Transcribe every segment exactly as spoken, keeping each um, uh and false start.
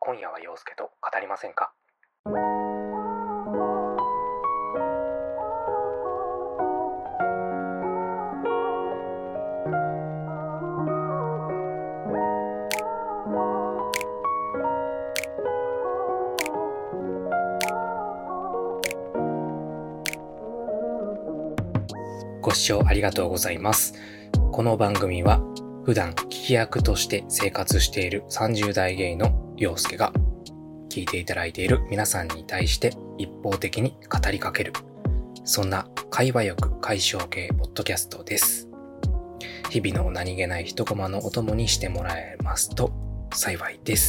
今夜は陽介と語りませんか？ご視聴ありがとうございます。この番組は普段聞き役として生活しているさんじゅう代ゲイの陽介が聞いていただいている皆さんに対して一方的に語りかける、そんな会話欲解消系ポッドキャストです。日々の何気ない一コマのお供にしてもらえますと幸いです。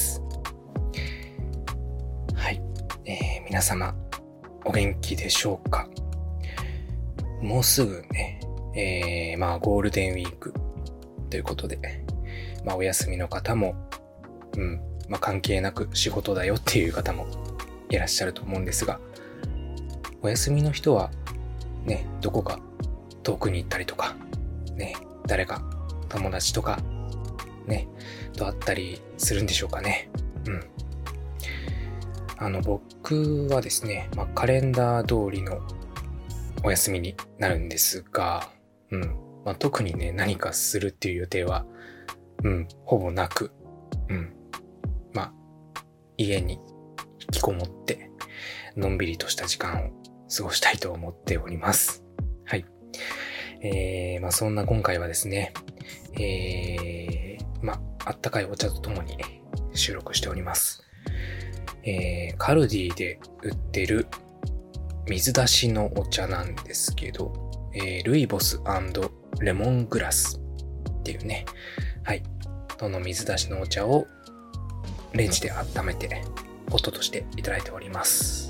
はい、えー、皆様お元気でしょうか？もうすぐね、えー、まあゴールデンウィークということで、まあお休みの方も、うん、まあ関係なく仕事だよっていう方もいらっしゃると思うんですが、お休みの人はね、どこか遠くに行ったりとか、ね、誰か友達とかね、と会ったりするんでしょうかね。うん。あの僕はですね、まあカレンダー通りのお休みになるんですが、うん、まあ、特にね何かするっていう予定は、うん、ほぼなく、うん、まあ家に引きこもってのんびりとした時間を過ごしたいと思っております。はい。えー、まあそんな今回はですね、えー、まああったかいお茶とともに収録しております。えー、カルディで売ってる水出しのお茶なんですけど、えー、ルイボス&レモングラスっていうね、はい、その水出しのお茶をレンジで温めてポットとしていただいております。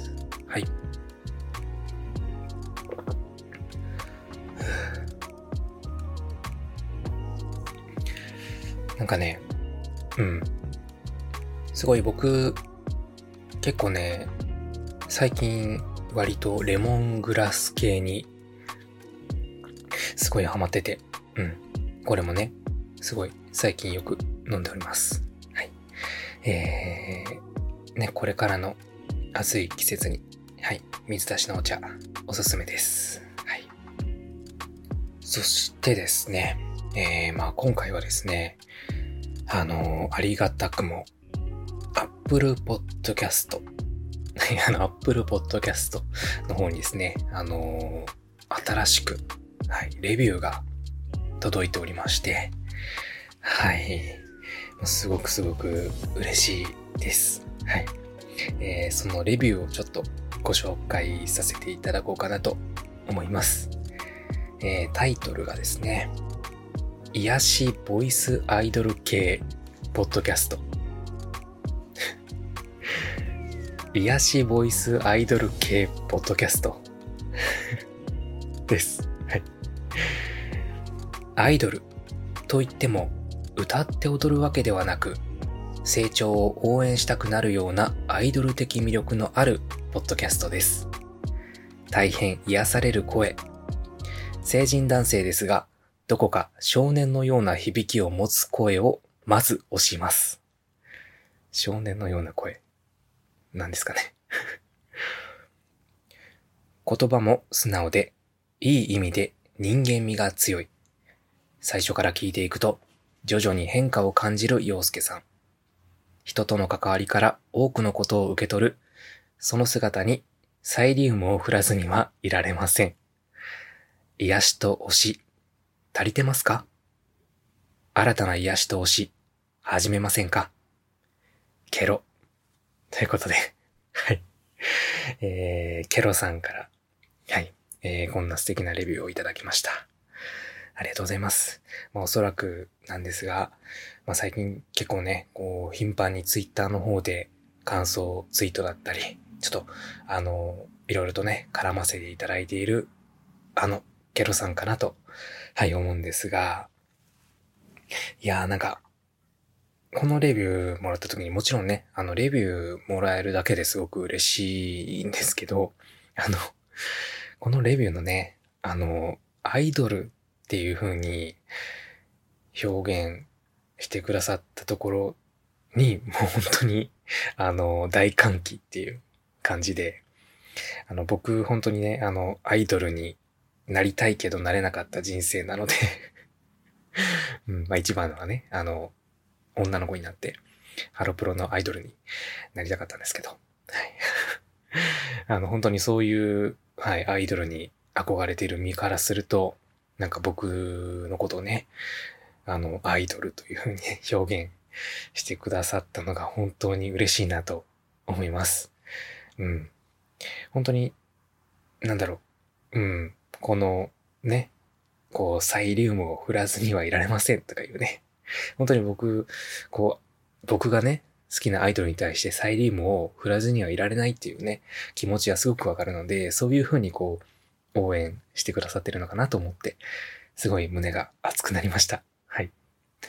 はい。なんかね、うん、すごい僕結構ね、最近割とレモングラス系にすごいハマってて、うん。これもね、すごい最近よく飲んでおります。はい。えー、ね、これからの暑い季節に、はい、水出しのお茶、おすすめです。はい。そしてですね、えー、まあ今回はですね、あのー、ありがたくも、Apple Podcast、あの、Apple Podcast の方にですね、あのー、新しく、はい、レビューが届いておりまして、はい、すごくすごく嬉しいです。はい、えー、そのレビューをちょっとご紹介させていただこうかなと思います。えー、タイトルがですね、癒しボイスアイドル系ポッドキャスト。癒しボイスアイドル系ポッドキャストです。はい。アイドルといっても歌って踊るわけではなく、成長を応援したくなるようなアイドル的魅力のあるポッドキャストです。大変癒される声。成人男性ですが、どこか少年のような響きを持つ声をまず推します。少年のような声。何ですかね。言葉も素直で、いい意味で人間味が強い。最初から聞いていくと、徐々に変化を感じる陽介さん。人との関わりから多くのことを受け取る、その姿にサイリウムを振らずにはいられません。癒しと推し、足りてますか？新たな癒しと推し、始めませんか？ケロ。ということで、はい。えー、ケロさんから、はい、えー、こんな素敵なレビューをいただきました。ありがとうございます。まあ、おそらくなんですが、まあ、最近結構ね、こう、頻繁にツイッターの方で感想ツイートだったり、ちょっと、あの、いろいろとね、絡ませていただいている、あの、ケロさんかなと、はい、思うんですが、いやーなんか、このレビューもらった時にもちろんね、あの、レビューもらえるだけですごく嬉しいんですけど、あの、このレビューのね、あの、アイドルっていう風に表現してくださったところに、もう本当にあの、大歓喜っていう感じで、あの、僕、本当にね、あの、アイドルになりたいけどなれなかった人生なのでうん、まあ一番はね、あの、女の子になって、ハロプロのアイドルになりたかったんですけど、はい。あの、本当にそういう、はい、アイドルに憧れている身からすると、なんか僕のことをね、あの、アイドルというふうに表現してくださったのが本当に嬉しいなと思います。うん。本当に、なんだろう。うん。この、ね、こう、サイリウムを振らずにはいられませんとかいうね。本当に僕、こう、僕がね、好きなアイドルに対してサイリウムを振らずにはいられないっていうね、気持ちはすごくわかるので、そういうふうにこう、応援してくださってるのかなと思って、すごい胸が熱くなりました。はい。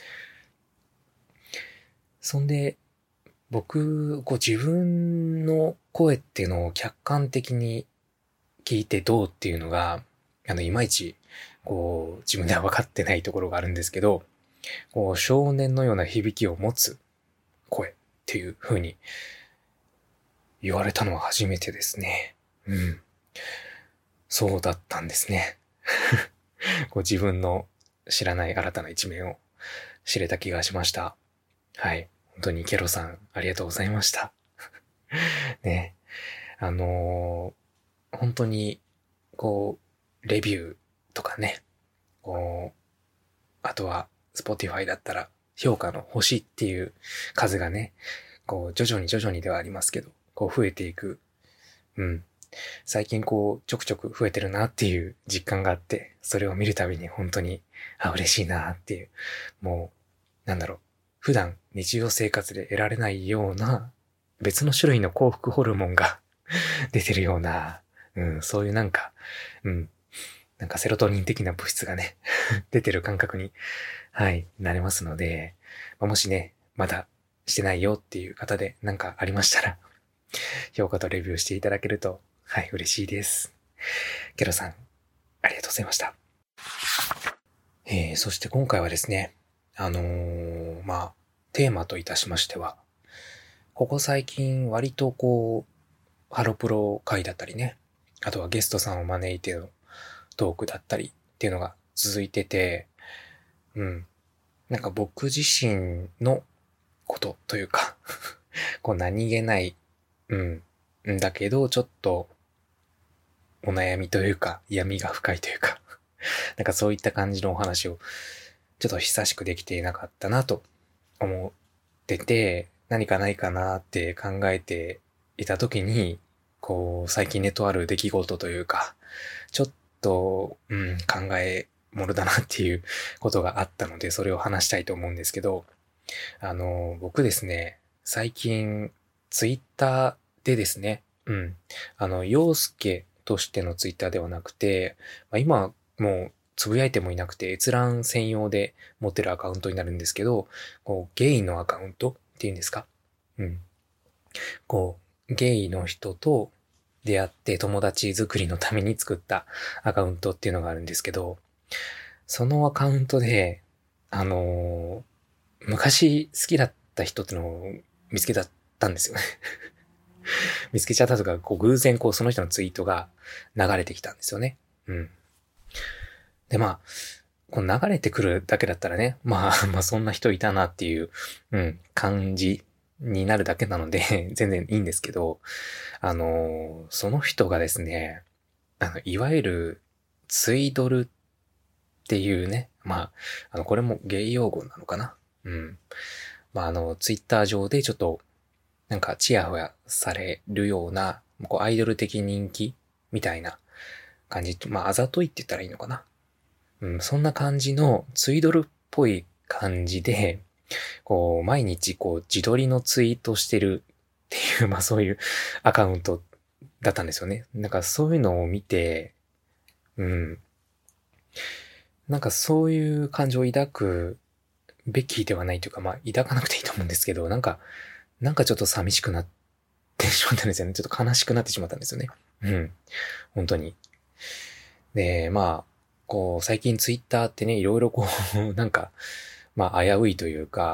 そんで、僕、こう自分の声っていうのを客観的に聞いてどうっていうのが、あの、いまいち、こう、自分では分かってないところがあるんですけど、こう、少年のような響きを持つ声っていう風に言われたのは初めてですね。うん。そうだったんですね。こう自分の知らない新たな一面を知れた気がしました。はい。本当にケロさん、ありがとうございました。ね。あのー、本当に、こう、レビューとかね、こう、あとは、Spotify だったら、評価の星っていう数がね、こう、徐々に徐々にではありますけど、こう増えていく。うん。最近こう、ちょくちょく増えてるなっていう実感があって、それを見るたびに本当に、あ、嬉しいなっていう。もう、なんだろう。普段日常生活で得られないような、別の種類の幸福ホルモンが出てるような、うん、そういうなんか、うん、なんかセロトニン的な物質がね出てる感覚に、はい、なれますので、まあ、もしね、まだしてないよっていう方でなんかありましたら、評価とレビューしていただけると、はい、嬉しいです。ケロさん、ありがとうございました。えー、そして今回はですね、あのー、まあ、テーマといたしましては、ここ最近割とこう、ハロプロ会だったりね、あとはゲストさんを招いてのトークだったりっていうのが続いてて、うん。なんか僕自身のことというかこう何気ない、うん。んだけど、ちょっとお悩みというか、闇が深いというかなんかそういった感じのお話をちょっと久しくできていなかったなと思ってて、何かないかなって考えていた時に、こう、最近ねとある出来事というか、ちょっと、うん、考えものだなっていうことがあったので、それを話したいと思うんですけど、あの、僕ですね、最近、ツイッターでですね、うん、あの、陽介としてのツイッターではなくて、まあ、今、もう、つぶやいてもいなくて、閲覧専用で持ってるアカウントになるんですけど、こう、ゲイのアカウントっていうんですか？うん。こう、ゲイの人と出会って友達作りのために作ったアカウントっていうのがあるんですけど、そのアカウントで、あのー昔好きだった人ってのを見つけたんですよね見つけちゃったとか、こう偶然こうその人のツイートが流れてきたんですよね。うん。で、まあ、この流れてくるだけだったらね、まあ、まあそんな人いたなっていう、うん、感じになるだけなので全然いいんですけど、あのーその人がですね、あの、いわゆる、ツイドルっていうね、まあ、あの、これもゲイ用語なのかな？うん。まあ、あの、ツイッター上でちょっと、なんか、チヤホヤされるような、こう、アイドル的人気みたいな感じ。まあ、あざといって言ったらいいのかな。うん、そんな感じの、ツイドルっぽい感じで、こう、毎日、こう、自撮りのツイートしてるっていう、まあ、そういうアカウントだったんですよね。なんか、そういうのを見て、うん。なんか、そういう感情を抱くべきではないというか、まあ、抱かなくていいと思うんですけど、なんか、なんかちょっと寂しくなってしまったんですよね。ちょっと悲しくなってしまったんですよね。うん。本当に。で、まあ、こう、最近ツイッターってね、いろいろこう、なんか、まあ、危ういというか、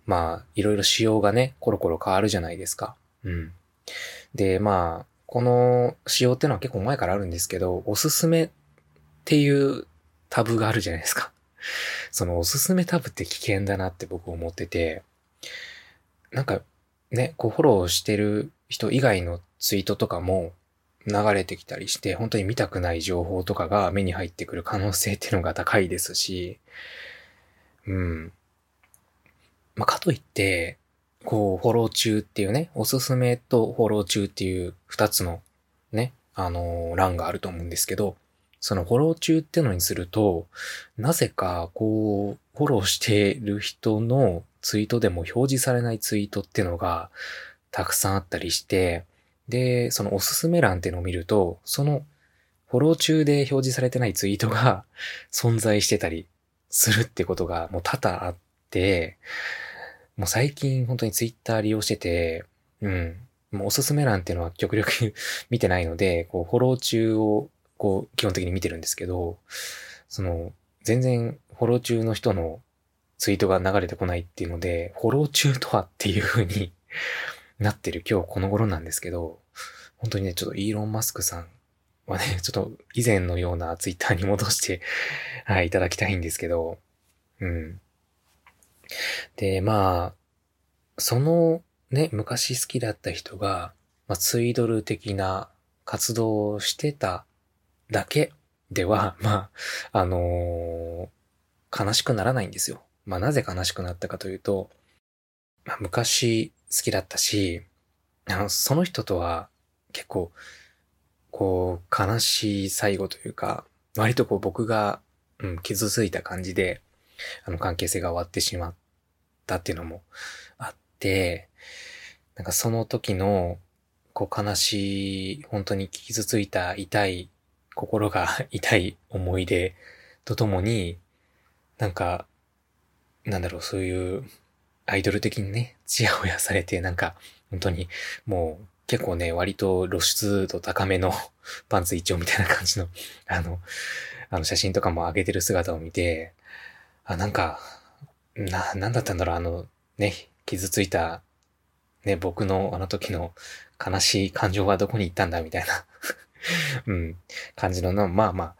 まあ、いろいろ仕様がね、コロコロ変わるじゃないですか。うん。で、まあ、この仕様ってのは結構前からあるんですけど、おすすめっていうタブがあるじゃないですか。そのおすすめタブって危険だなって僕思ってて、なんかね、こうフォローしてる人以外のツイートとかも流れてきたりして、本当に見たくない情報とかが目に入ってくる可能性っていうのが高いですし、うん。まあ、かといって、こう、フォロー中っていうね、おすすめとフォロー中っていう二つのね、あのー欄があると思うんですけど、そのフォロー中ってのにすると、なぜか、こう、フォローしてる人のツイートでも表示されないツイートってのがたくさんあったりして、で、そのおすすめ欄っていうのを見ると、そのフォロー中で表示されてないツイートが存在してたりするってことがもう多々あって、もう最近本当にツイッター利用してて、うん。もうおすすめ欄っていうのは極力見てないので、こう、フォロー中を、こう、基本的に見てるんですけど、その、全然フォロー中の人のツイートが流れてこないっていうので、フォロー中とはっていう風になってる今日この頃なんですけど、本当にね、ちょっとイーロン・マスクさんはね、ちょっと以前のようなツイッターに戻して、はい、いただきたいんですけど、うん。で、まあ、そのね、昔好きだった人が、まあ、ツイドル的な活動をしてただけでは、まあ、あのー悲しくならないんですよ。まあ、なぜ悲しくなったかというと、まあ、昔好きだったし、あの、その人とは結構、こう、悲しい最後というか、割とこう僕が、うん、傷ついた感じで、あの関係性が終わってしまったっていうのもあって、なんかその時の、こう悲しい、本当に傷ついた痛い、心が痛い思い出とともに、なんか、なんだろう、そういうアイドル的にね、チヤホヤされて、なんか、本当に、もう、結構ね、割と露出度高めのパンツ一丁みたいな感じの、あの、あの写真とかも上げてる姿を見て、あ、なんか、な、なんだったんだろう、あの、ね、傷ついたね、僕のあの時の悲しい感情はどこに行ったんだみたいなうん、感じのな、まあまあ、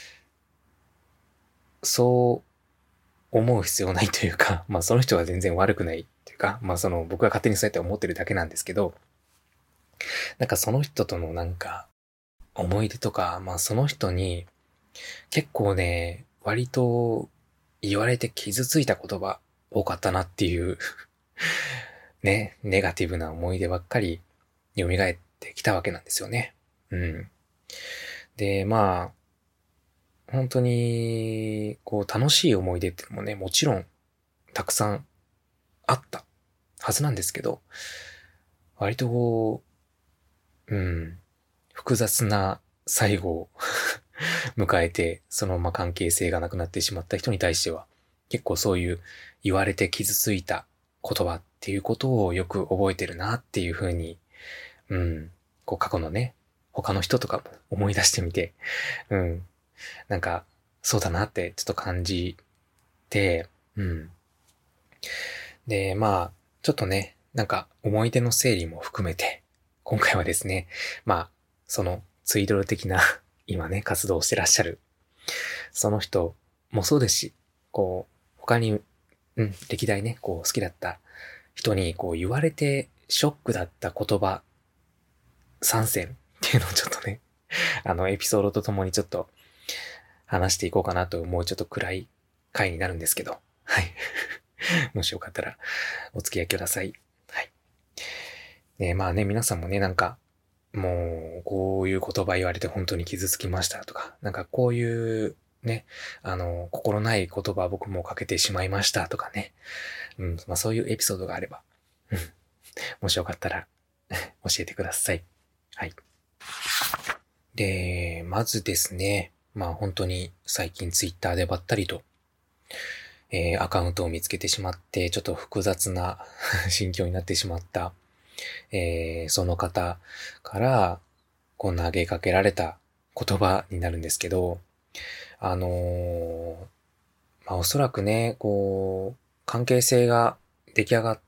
そう思う必要ないというか、まあその人は全然悪くないっていうか、まあその僕が勝手にそうやって思ってるだけなんですけど、なんかその人とのなんか思い出とか、まあその人に結構ね、割と言われて傷ついた言葉多かったなっていうね、ネガティブな思い出ばっかり蘇ってきたわけなんですよね。うん。で、まあ、本当に、こう、楽しい思い出っていうのもね、もちろん、たくさんあったはずなんですけど、割とこう、うん、複雑な最後を迎えて、そのまま関係性がなくなってしまった人に対しては、結構そういう言われて傷ついた言葉っていうことをよく覚えてるなっていうふうに、うん、こう過去のね、他の人とかも思い出してみて、うん、なんか、そうだなってちょっと感じて、うん。で、まあ、ちょっとね、なんか思い出の整理も含めて、今回はですね、まあ、そのツイドル的な今ね、活動をしてらっしゃる、その人もそうですし、こう、他に、うん、歴代ね、こう好きだった人にこう言われてショックだった言葉参戦っていうのをちょっとね、あのエピソードとともにちょっと話していこうかなと、もうちょっと暗い回になるんですけど、はい。もしよかったらお付き合いください。はい。ね、まあね、皆さんもね、なんか、もう、こういう言葉言われて本当に傷つきましたとか、なんかこういうね、あの、心ない言葉僕もかけてしまいましたとかね。うん、まあそういうエピソードがあれば、うん、もしよかったら教えてください。はい。で、まずですね、まあ本当に最近ツイッターでばったりと、えーアカウントを見つけてしまって、ちょっと複雑な心境になってしまった、えーその方から、こう投げかけられた言葉になるんですけど、あのーまあおそらくね、こう、関係性が出来上がって、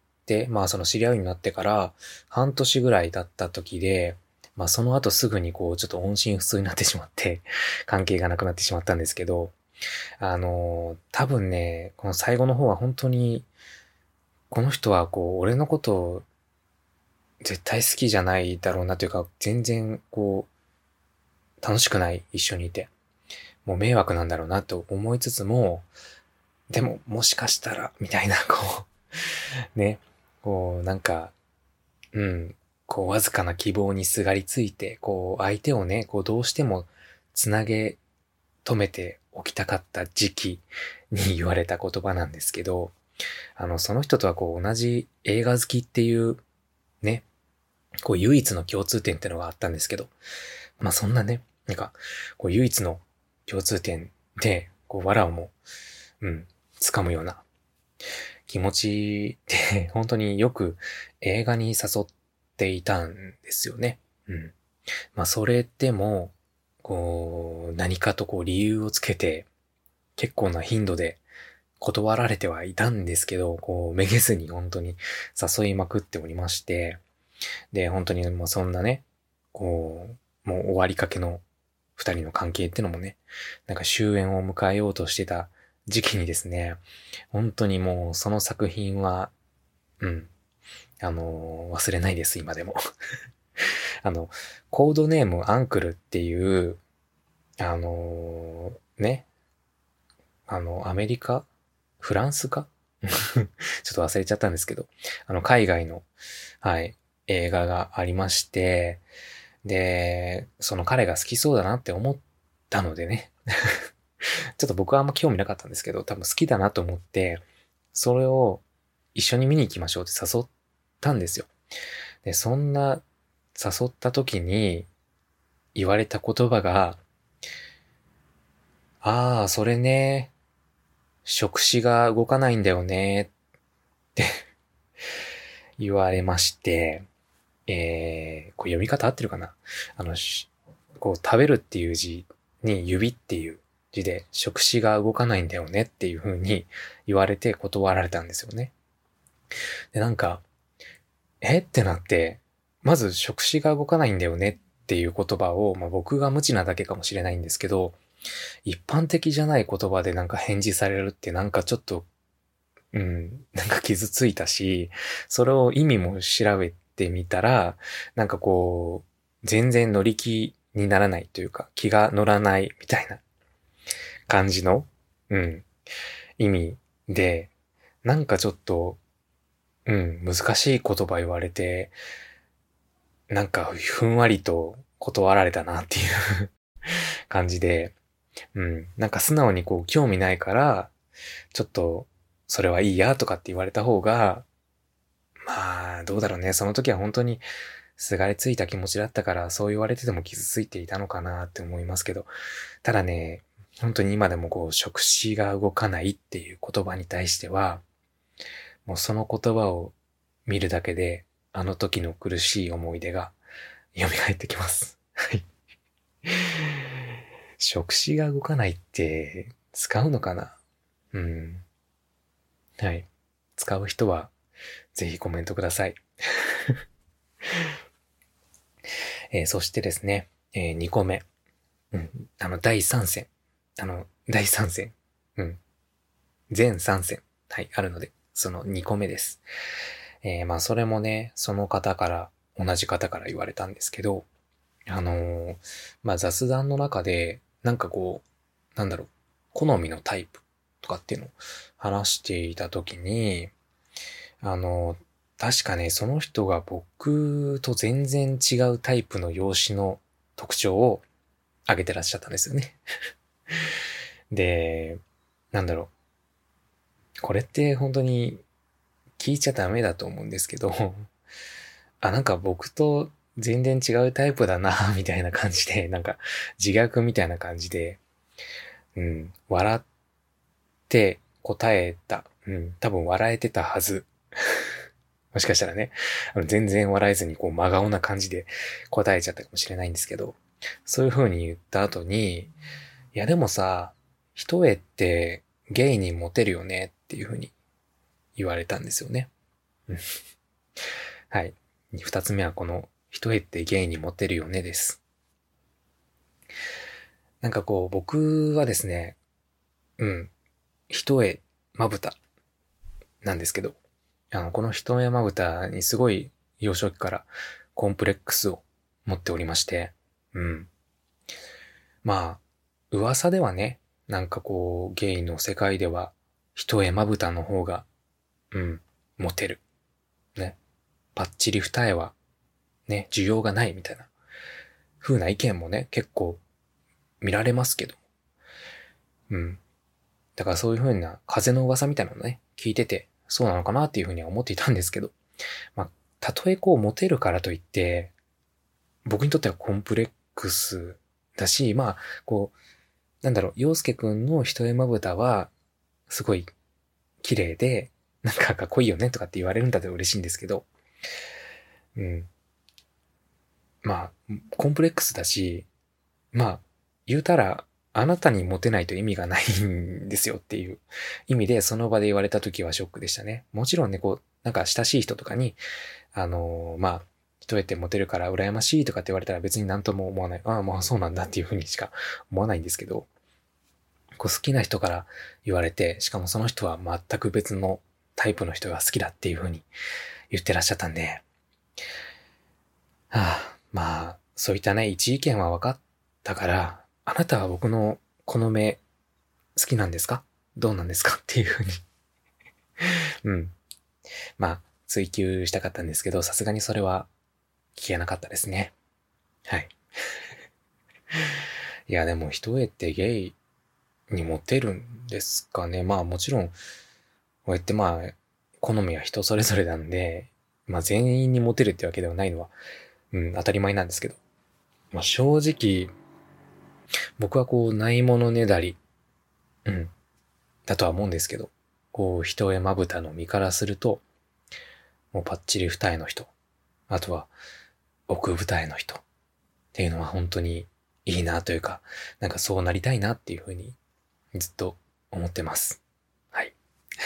まあその知り合うようになってから半年ぐらい経った時で、まあその後すぐにこうちょっと音信不通になってしまって、関係がなくなってしまったんですけど、あの、多分ね、この最後の方は本当に、この人はこう、俺のことを絶対好きじゃないだろうなというか、全然こう、楽しくない、一緒にいて。もう迷惑なんだろうなと思いつつも、でももしかしたら、みたいな、こう、ね、こう、なんか、うん、こう、わずかな希望にすがりついて、こう、相手をね、こう、どうしてもつなげ、止めておきたかった時期に言われた言葉なんですけど、あの、その人とはこう、同じ映画好きっていう、ね、こう、唯一の共通点ってのがあったんですけど、まあ、そんなね、なんか、こう、唯一の共通点で、こう、藁をも、うん、掴むような気持ちで、本当によく映画に誘っていたんですよね。うん。まあ、それでも、こう、何かとこう理由をつけて、結構な頻度で断られてはいたんですけど、こう、めげずに本当に誘いまくっておりまして、で、本当にもうそんなね、こう、もう終わりかけの二人の関係ってのもね、なんか終焉を迎えようとしてた時期にですね、本当にもうその作品は、うん、あのー忘れないです、今でも。あの、コードネームアンクルっていう、あのーね、あの、アメリカフランスかちょっと忘れちゃったんですけど、あの、海外の、はい、映画がありまして、で、その彼が好きそうだなって思ったのでね、ちょっと僕はあんま興味なかったんですけど、多分好きだなと思って、それを一緒に見に行きましょうって誘ったんですよ。で、そんな誘った時に言われた言葉が、ああ、それね、触手が動かないんだよねって言われまして、えー、こう読み方合ってるかなあの、こう食べるっていう字に指っていう字で触手が動かないんだよねっていう風に言われて断られたんですよね。で、なんか、えってなって、まず触手が動かないんだよねっていう言葉を、まあ、僕が無知なだけかもしれないんですけど、一般的じゃない言葉でなんか返事されるってなんかちょっと、うん、なんか傷ついたし、それを意味も調べてみたら、なんかこう、全然乗り気にならないというか、気が乗らないみたいな感じの、うん、意味で、なんかちょっと、うん、難しい言葉言われて、なんかふんわりと断られたなっていう感じで、うん、なんか素直にこう興味ないから、ちょっとそれはいいやとかって言われた方が、まあどうだろうね。その時は本当にすがりついた気持ちだったからそう言われてても傷ついていたのかなって思いますけど、ただね、本当に今でもこう触手が動かないっていう言葉に対しては、もうその言葉を見るだけで、あの時の苦しい思い出が蘇ってきます。はい。触手が動かないって使うのかな？うん。はい。使う人はぜひコメントください。えーそしてですね、えーにこめ。うん。あの、だいさん戦。あの、だいさん戦。うん。全さん戦。はい、あるので、そのにこめです。えーまあ、それもね、その方から、同じ方から言われたんですけど、あのーまあ、雑談の中で、なんかこう、なんだろう、好みのタイプとかっていうのを話していたときに、あのー確かね、その人が僕と全然違うタイプの容姿の特徴を挙げてらっしゃったんですよね。で、なんだろう、これって本当に聞いちゃダメだと思うんですけど、あ、なんか僕と全然違うタイプだな、みたいな感じで、なんか自虐みたいな感じで、うん、笑って答えた。うん、多分笑えてたはず。もしかしたらね、あの全然笑えずにこう真顔な感じで答えちゃったかもしれないんですけど、そういう風に言った後に、いやでもさ、一重ってゲイにモテるよねっていう風に言われたんですよね。 うんはい。二つ目はこの、一重ってゲイにモテるよねです。なんかこう、僕はですね、うん、一重まぶたなんですけど、あの、この一重まぶたにすごい幼少期からコンプレックスを持っておりまして、うん。まあ、噂ではね、なんかこう、ゲイの世界では、一重まぶたの方が、うん、モテる。ね。パッチリ二重は、ね、需要がないみたいな、風な意見もね、結構見られますけど。うん。だからそういう風な風の噂みたいなのね、聞いてて、そうなのかなっていう風には思っていたんですけど、まあ、たとえこうモテるからといって、僕にとってはコンプレックスだし、まあ、こう、なんだろう、洋介くんの一重まぶたは、すごい綺麗で、なんかかっこいいよねとかって言われるんだったら嬉しいんですけど、うん。まあ、コンプレックスだし、まあ、言うたら、あなたにモテないと意味がないんですよっていう意味で、その場で言われた時はショックでしたね。もちろんね、こう、なんか親しい人とかに、あのーまあ、一重ってモテるから羨ましいとかって言われたら別に何とも思わない。ああ、まあそうなんだっていうふうにしか思わないんですけど、こう好きな人から言われて、しかもその人は全く別のタイプの人が好きだっていうふうに言ってらっしゃったんで、はあ、まあ、そういったね、一意見は分かったから、あなたは僕のこの目好きなんですか？どうなんですか？っていうふうにうん。まあ、追求したかったんですけど、さすがにそれは聞けなかったですね。はい。いや、でも一重ってゲイにモテるんですかね。まあもちろん、こうやってまあ、好みは人それぞれなんで、まあ全員にモテるってわけではないのは、うん、当たり前なんですけど。まあ正直、僕はこう、ないものねだり、うん、だとは思うんですけど、こう、一重まぶたの身からすると、もうパッチリ二重の人、あとは奥二重の人っていうのは本当にいいなというか、なんかそうなりたいなっていうふうにずっと思ってます。はい。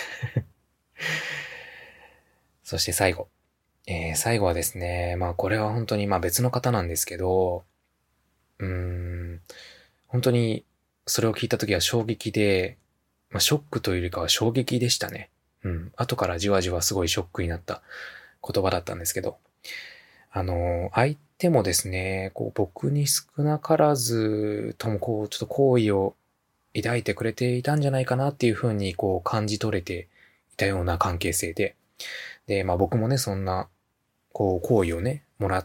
そして最後。えー、最後はですね、まあこれは本当にまあ別の方なんですけど、うーん、本当にそれを聞いた時は衝撃で、まあショックというよりかは衝撃でしたね。うん。後からじわじわすごいショックになった言葉だったんですけど、あの、相手もですね、こう僕に少なからずともこうちょっと好意を抱いてくれていたんじゃないかなっていうふうにこう感じ取れていたような関係性で、で、まあ僕もね、そんなこう好意をね、もらって、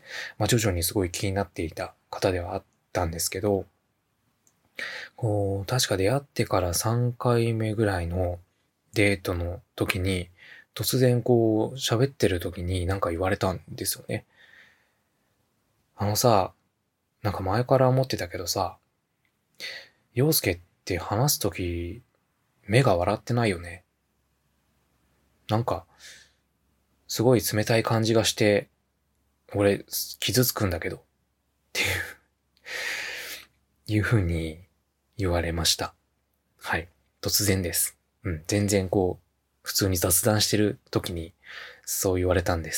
まあ徐々にすごい気になっていた方ではあったんですけど、こう、確か出会ってからさんかいめぐらいのデートの時に、突然こう、喋ってる時になんか言われたんですよね。あのさ、なんか前から思ってたけどさ、陽介って話す時、目が笑ってないよね。なんか、すごい冷たい感じがして、俺、傷つくんだけど、っていう、いう風に言われました。はい。突然です。うん。全然こう、普通に雑談してる時に、そう言われたんです。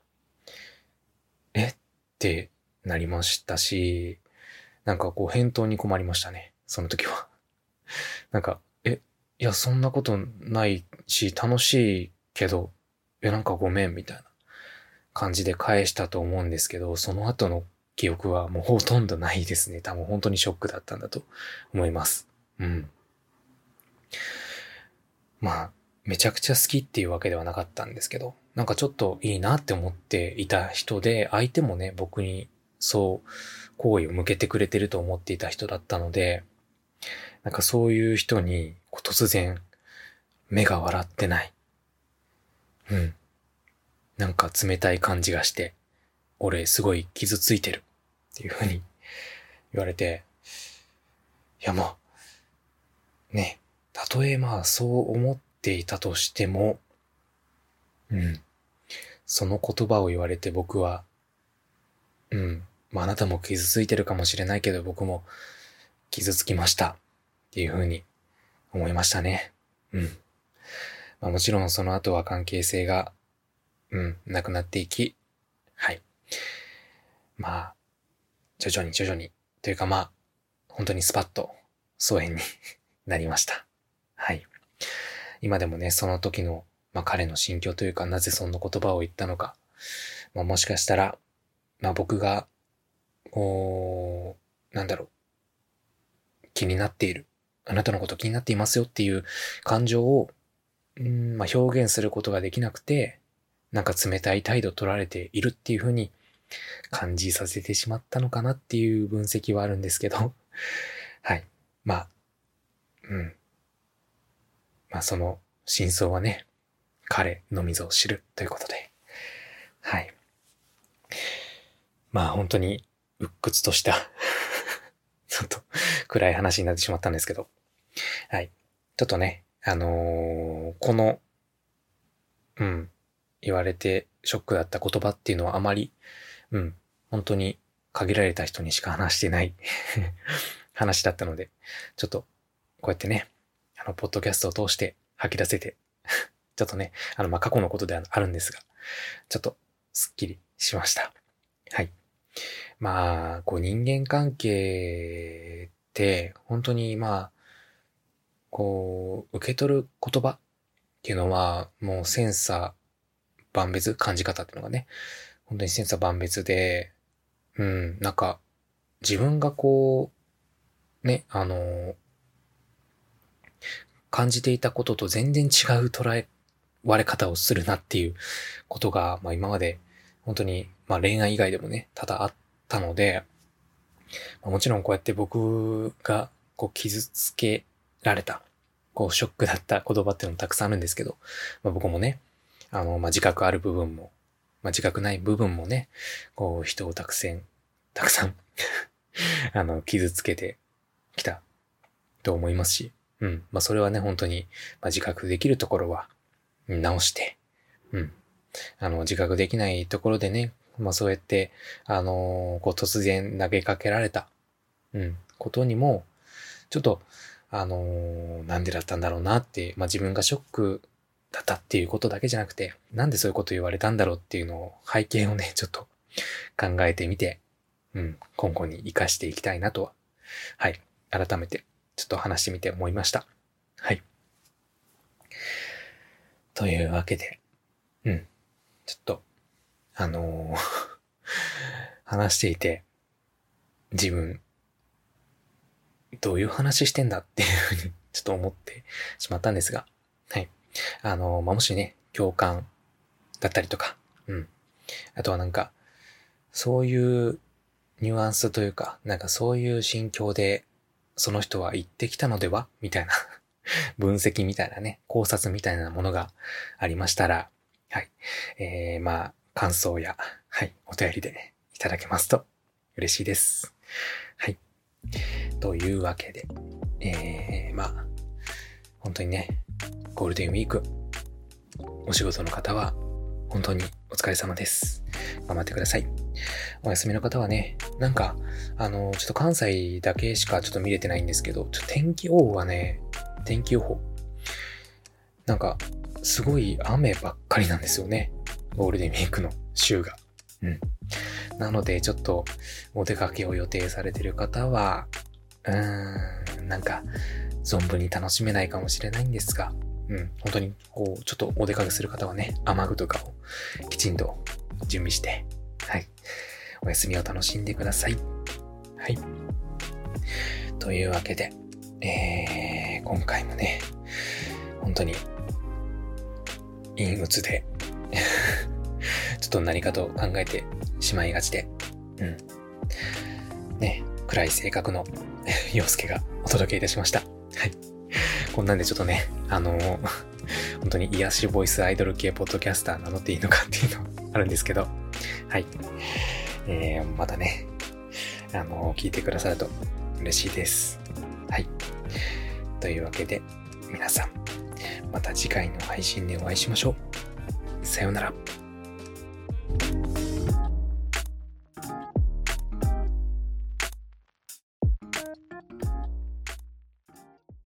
えってなりましたし、なんかこう返答に困りましたね。その時は。なんか、え、いや、そんなことないし、楽しいけど、え、なんかごめん、みたいな感じで返したと思うんですけど、その後の記憶はもうほとんどないですね。多分本当にショックだったんだと思います。うん。まあ、めちゃくちゃ好きっていうわけではなかったんですけど、なんかちょっといいなって思っていた人で、相手もね、僕にそう、好意を向けてくれてると思っていた人だったので、なんかそういう人に、突然、目が笑ってない。うん。なんか冷たい感じがして、俺すごい傷ついてる。っていう風に言われて、いやまあ、ね、たとえまあそう思っていたとしても、うん。その言葉を言われて僕は、うん。まああなたも傷ついてるかもしれないけど僕も傷つきました。っていう風に思いましたね。うん。 まあもちろんその後は関係性が、うん、なくなっていき、はい。まあ、徐々に徐々に、というかまあ、本当にスパッと疎遠になりました。はい。今でもね、その時の、まあ彼の心境というか、なぜそんな言葉を言ったのか、まあもしかしたら、まあ僕が、こう、なんだろう、気になっている、あなたのこと気になっていますよっていう感情を、うん、まあ表現することができなくて、なんか冷たい態度取られているっていう風に感じさせてしまったのかなっていう分析はあるんですけど、はい。まあ、うん。まあその真相はね、彼のみぞ知るということで、はい。まあ本当に鬱屈としたちょっと暗い話になってしまったんですけど、はい。ちょっとね、あのー、この、うん、言われてショックだった言葉っていうのはあまり、うん、本当に限られた人にしか話してない話だったので、ちょっとこうやってね、あの、ポッドキャストを通して吐き出せて、ちょっとね、あの、まあ、過去のことではあるんですが、ちょっとスッキリしました。はい。まあ、こう人間関係って、本当にまあ、こう、受け取る言葉っていうのは、もう千差万別、感じ方っていうのがね、本当に千差万別で、うん、なんか、自分がこう、ね、あの、感じていたことと全然違う捉え、割れ方をするなっていうことが、まあ今まで、本当に、まあ恋愛以外でもね、多々あったので、まあ、もちろんこうやって僕が、こう傷つけられた、こうショックだった言葉っていうのもたくさんあるんですけど、まあ僕もね、あの、まあ自覚ある部分も、まあ自覚ない部分もね、こう人をたくさん、たくさんあの、傷つけてきたと思いますし、うん。まあそれはね、本当に、まあ自覚できるところは直して、うん。あの、自覚できないところでね、まあそうやって、あのーこう突然投げかけられた、うん、ことにも、ちょっと、あのーなんでだったんだろうなって、まあ自分がショックだったっていうことだけじゃなくて、なんでそういうこと言われたんだろうっていうのを、背景をね、ちょっと考えてみて、うん、今後に活かしていきたいなとは、はい、改めてちょっと話してみて思いました。はい。というわけで、うん、ちょっと、あのー話していて、自分、どういう話してんだっていうふうにちょっと思ってしまったんですが、はい。あのーまあ、もしね、共感だったりとか、うん。あとはなんか、そういうニュアンスというか、なんかそういう心境で、その人は言ってきたのではみたいな分析みたいなね、考察みたいなものがありましたら、はい。えー、まあ、感想や、はい、お便りでいただけますと嬉しいです。はい。というわけで、えー、まあ、本当にね、ゴールデンウィーク、お仕事の方は、本当にお疲れ様です。頑張ってください。お休みの方はね、なんか、あの、ちょっと関西だけしかちょっと見れてないんですけど、ちょっと天気予報がね、天気予報。なんか、すごい雨ばっかりなんですよね。ゴールデンウィークの週が。うん。なので、ちょっと、お出かけを予定されている方は、うーん、なんか、存分に楽しめないかもしれないんですが、うん、本当に、こう、ちょっとお出かけする方はね、雨具とかをきちんと準備して、はい、お休みを楽しんでください。はい。というわけで、えー、今回もね、本当に、陰鬱で、ちょっと何かと考えてしまいがちで、うん。ね、暗い性格の陽介がお届けいたしました。はい。こんなんでちょっとね、あのー、本当に癒しボイスアイドル系ポッドキャスター名乗っていいのかっていうのあるんですけど、はい。えー、またね、あのー、聞いてくださると嬉しいです。はい。というわけで、皆さん、また次回の配信でお会いしましょう。さようなら。